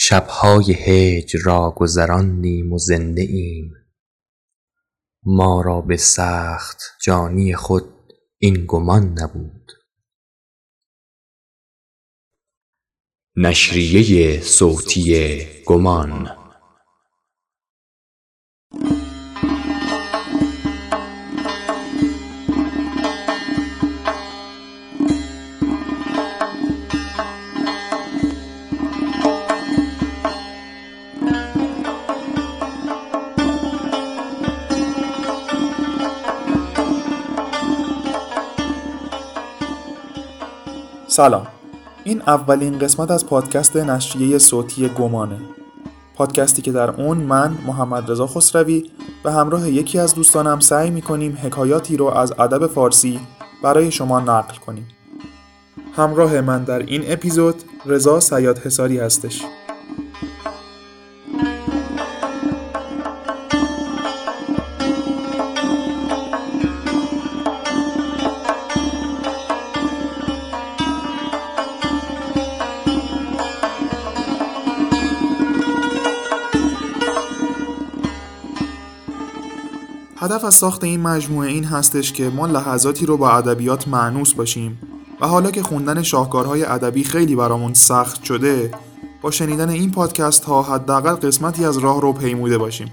شب‌های هجر را گذراندیم و زنده ایم، ما را به سخت جانی خود این گمان نبود. نشریه صوتی گمان. سلام، این اولین قسمت از پادکست نشریه صوتی گمانه. پادکستی که در اون من محمد رضا خسروی به همراه یکی از دوستانم سعی می‌کنیم حکایاتی رو از ادب فارسی برای شما نقل کنیم. همراه من در این اپیزود رضا صیاد حصاری هستش. هدف از ساخت این مجموعه این هستش که ما لحظاتی رو با ادبیات مانوس باشیم و حالا که خوندن شاهکارهای ادبی خیلی برامون سخت شده، با شنیدن این پادکست ها حداقل قسمتی از راه رو پیموده باشیم.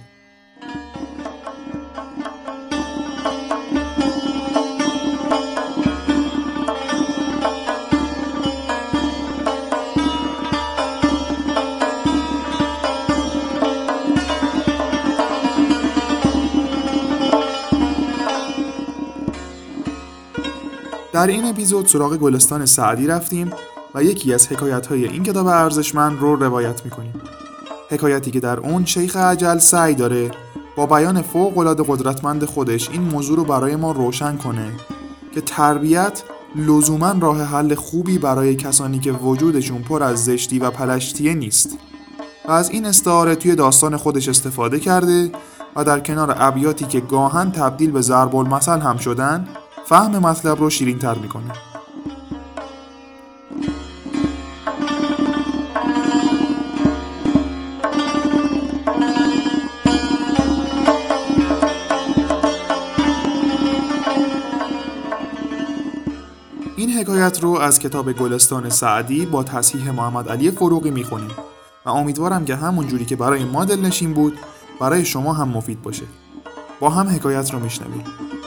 در این اپیزود سراغ گلستان سعدی رفتیم و یکی از حکایت‌های این کتاب ارزشمند رو روایت می‌کنیم. حکایتی که در اون شیخ اجل سعی داره با بیان فوق‌العاده قدرتمند خودش این موضوع رو برای ما روشن کنه که تربیت لزوماً راه حل خوبی برای کسانی که وجودشون پر از زشتی و پلشتیه نیست و از این استعاره توی داستان خودش استفاده کرده و در کنار ابیاتی که گاهن تبدیل به ضرب المثل هم شدن فهم مطلب رو شیرین تر میکنه. این حکایت رو از کتاب گلستان سعدی با تصحیح محمد علی فروغی میخونیم و امیدوارم که همون جوری که برای ما دلنشین بود برای شما هم مفید باشه. با هم حکایت رو میشنویم.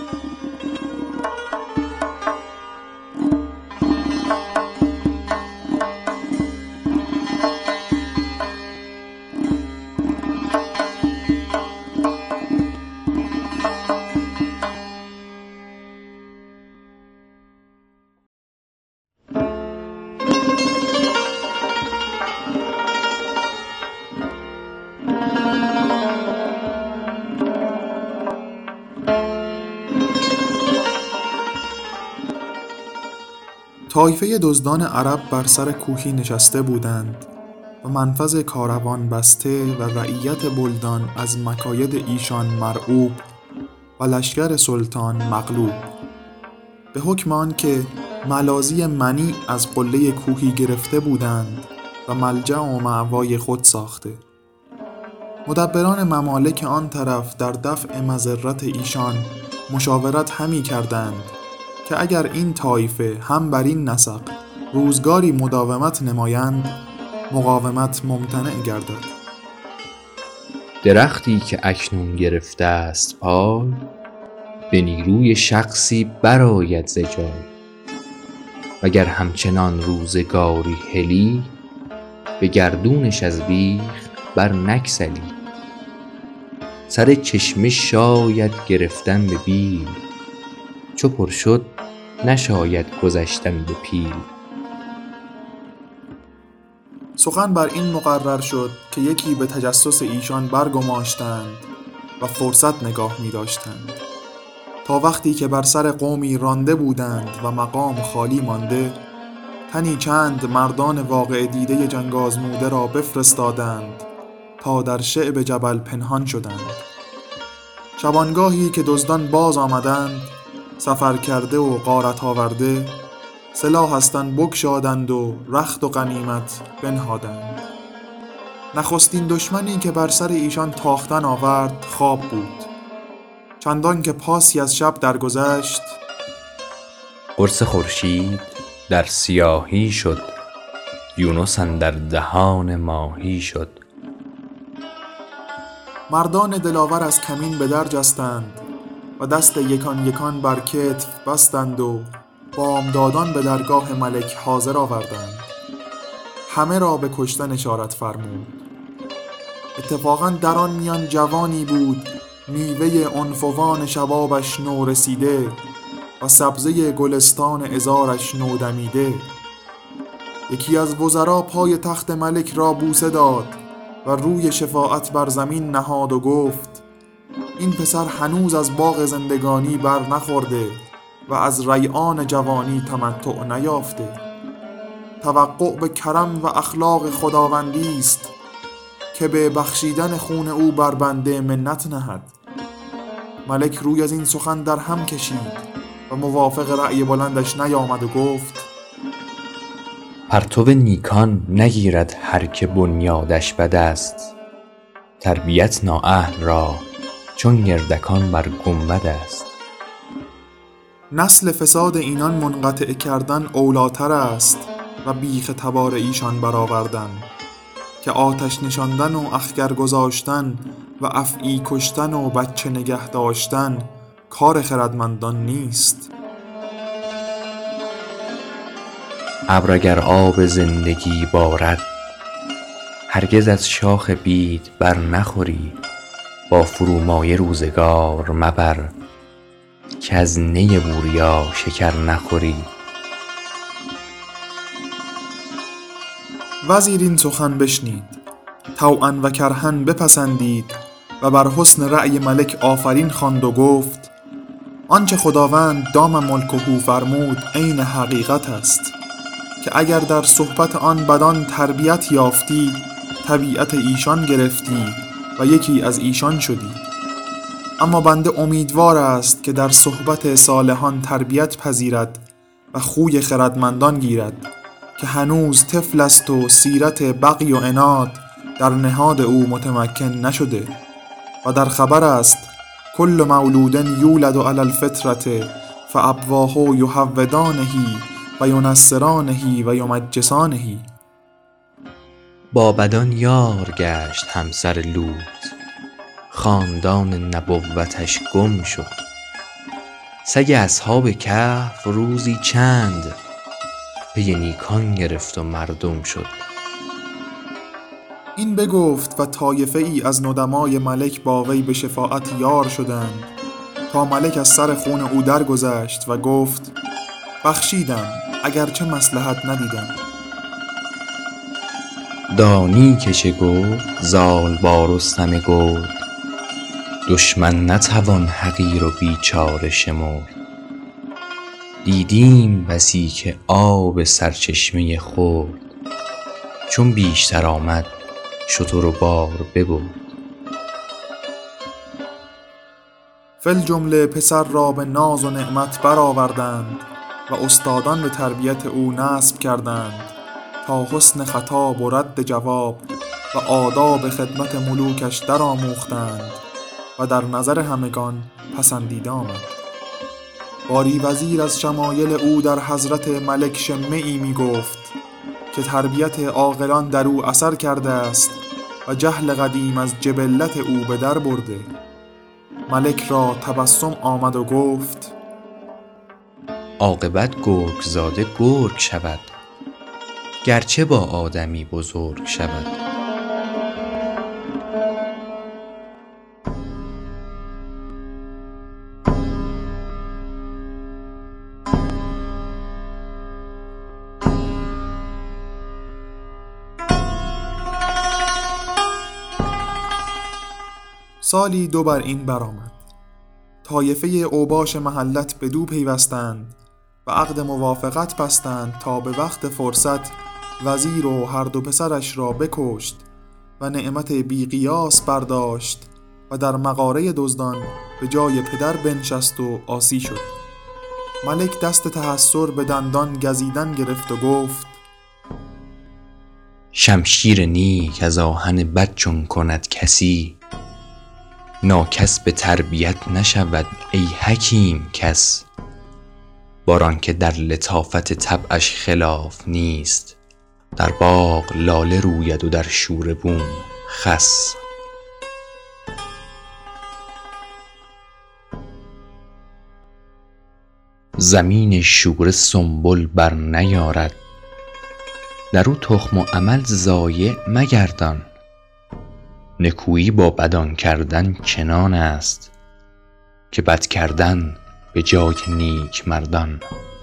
طایفه دزدان عرب بر سر کوهی نشسته بودند و منفذ کاروان بسته و رعیت بلدان از مکاید ایشان مرعوب و لشکر سلطان مغلوب، به حکم آن که ملاذی منی از قله کوهی گرفته بودند و ملجأ و مأوای خود ساخته. مدبران ممالک آن طرف در دفع مضرت ایشان مشاورت همی کردند که اگر این طایفه هم بر این نسق روزگاری مداومت نمایند، مقاومت ممتنع گردد. درختی که اکنون گرفته است پای، به نیروی شخصی برآید ز جای. وگر همچنان روزگاری هلی، به گردونش از بیخ بر نگسلی. سر چشمه شاید گرفتن به بیل، چو پر شد نشاید گذشتن به پیل. سخن بر این مقرر شد که یکی به تجسس ایشان برگماشتند و فرصت نگاه می داشتند تا وقتی که بر سر قومی رانده بودند و مقام خالی مانده، تنی چند مردان واقع دیده جنگ آزموده را بفرستادند تا در شعب جبل پنهان شدند. شبانگاهی که دزدان باز آمدند، سفر کرده و غارت آورده، سلاح هستن بگشادند و رخت و غنیمت بنهادند. نخستین دشمنی که بر سر ایشان تاختن آورد خواب بود. چندان که پاسی از شب درگذشت، قرص خورشید در سیاهی شد، یونس اندر دهان ماهی شد. مردان دلاور از کمین به در جستند و دست یکان یکان بر کتف بستند و بامدادان به درگاه ملک حاضر آوردند. همه را به کشتن اشارت فرمود. اتفاقاً در آن میان جوانی بود، میوه عنفوان شبابش نو رسیده و سبزه گلستان عذارش نو دمیده. یکی از وزرا پای تخت ملک را بوسه داد و روی شفاعت بر زمین نهاد و گفت: این پسر هنوز از باغ زندگانی بر نخورده و از ریعان جوانی تمتع نیافته. توقع به کرم و اخلاق خداوندی است که به بخشیدن خون او بر بنده منت نهد. ملک روی از این سخن در هم کشید و موافق رأی بلندش نیامد و گفت: پرتو نیکان نگیرد هر که بنیادش بد است، تربیت نااهل را چون گردکان بر گنبد است. نسل فساد اینان منقطع کردن اولاتر است و بیخ تبار ایشان برآوردن، که آتش نشاندن و اخگر گذاشتن و افعی کشتن و بچه نگه داشتن کار خردمندان نیست. ابر اگر آب زندگی بارد، هرگز از شاخ بید بر نخوری. با فرومایه روزگار مبر، که از نی بوریا شکر نخوری. وزیر این سخن بشنید، طوعا و کرها بپسندید و بر حسن رأی ملک آفرین خواند و گفت: آنچه خداوند دام ملکه فرمود عین حقیقت است، که اگر در صحبت آن بدان تربیت یافتی، طبیعت ایشان گرفتی و یکی از ایشان شدی. اما بنده امیدوار است که در صحبت صالحان تربیت پذیرد و خوی خردمندان گیرد، که هنوز طفل است و سیرت بغی و عناد در نهاد او متمکن نشده. و در خبر است: کل مولود یولد علی الفطرة فابواه یهودانه و ینصرانه و یمجسانه. با بدان یار گشت همسر لوط، خاندان نبوتش گم شد. سگ اصحاب کهف روزی چند، پی نیکان گرفت و مردم شد. این بگفت و طایفه ای از ندمای ملک با وی به شفاعت یار شدند، تا ملک از سر خون او درگذشت و گفت: بخشیدم اگرچه مصلحت ندیدم. دانی که چه گفت زال با رستم گرد، دشمن نتوان حقیر و بیچاره شمرد. دیدیم بسی که آب سرچشمه خورد، چون بیشتر آمد شتر و بار ببرد. فی الجمله پسر را به ناز و نعمت برآوردند و استادان به تربیت او نصب کردند، تا حسن خطاب و رد جواب و آداب خدمت ملوکش درآموختند و در نظر همگان پسندیده آمد. باری وزیر از شمایل او در حضرت ملک شمعی می گفت که تربیت عاقلان در او اثر کرده است و جهل قدیم از جبلت او به در برده. ملک را تبسم آمد و گفت: عاقبت گرگ زاده گرگ شود، گرچه با آدمی بزرگ شود. سالی دو بر این برآمد. طایفه اوباش محلت بدو پیوستند و عقد موافقت بستند تا به وقت فرصت وزیر و هر دو پسرش را بکشت و نعمت بی قیاس برداشت و در مغاره دزدان به جای پدر بنشست و عاصی شد. ملک دست تحسر به دندان گزیدن گرفت و گفت: شمشیر نیک از آهن بد چون کند کسی، ناکس به تربیت نشود ای حکیم کس. باران که در لطافت طبعش خلاف نیست، در باغ لاله روید و در شوره بوم خس. زمین شوره سنبل بر نیارد، در او تخم و عمل ضایع مگردان. نکویی با بدان کردن چنان است، که بد کردن به جای نیک مردان.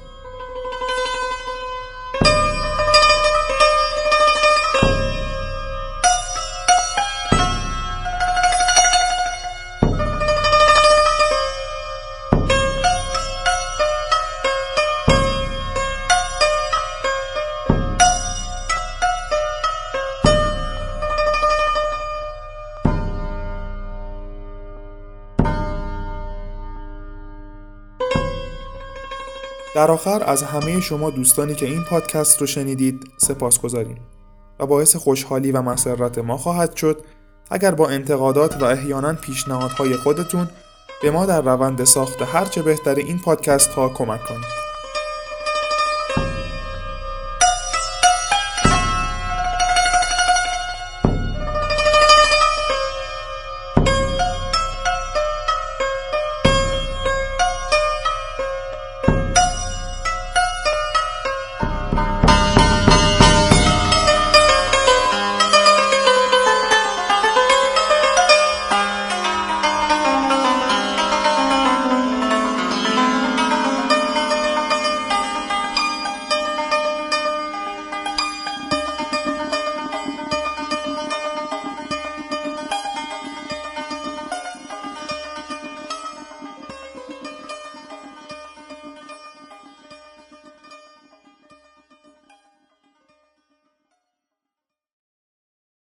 در آخر از همه شما دوستانی که این پادکست رو شنیدید سپاسگزاریم و باعث خوشحالی و مسرت ما خواهد شد اگر با انتقادات و احیانا پیشنهادهای خودتون به ما در روند ساخت هرچه بهتر این پادکست ها کمک کنید.